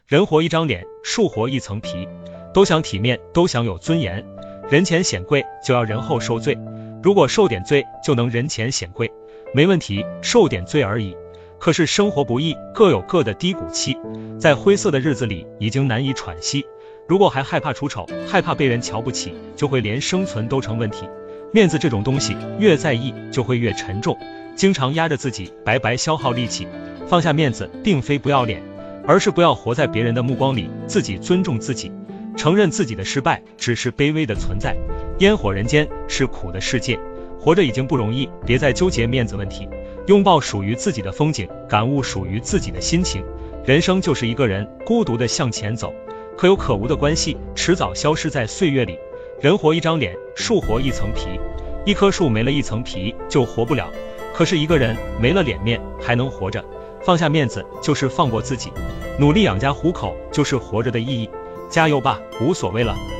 人活一张脸，树活一层皮，都想体面，都想有尊严。人前显贵，就要人后受罪。如果受点罪就能人前显贵，没问题，受点罪而已。可是生活不易，各有各的低谷期，在灰色的日子里已经难以喘息。如果还害怕出丑，害怕被人瞧不起，就会连生存都成问题。面子这种东西，越在意就会越沉重，经常压着自己，白白消耗力气。放下面子，并非不要脸，而是不要活在别人的目光里，自己尊重自己，承认自己的失败只是卑微的存在。烟火人间是苦的世界，活着已经不容易，别再纠结面子问题，拥抱属于自己的风景，感悟属于自己的心情。人生就是一个人孤独的向前走，可有可无的关系迟早消失在岁月里。人活一张脸，树活一层皮，一棵树没了一层皮就活不了，可是一个人没了脸面还能活着。放下面子就是放过自己，努力养家糊口就是活着的意义。加油吧，无所谓了。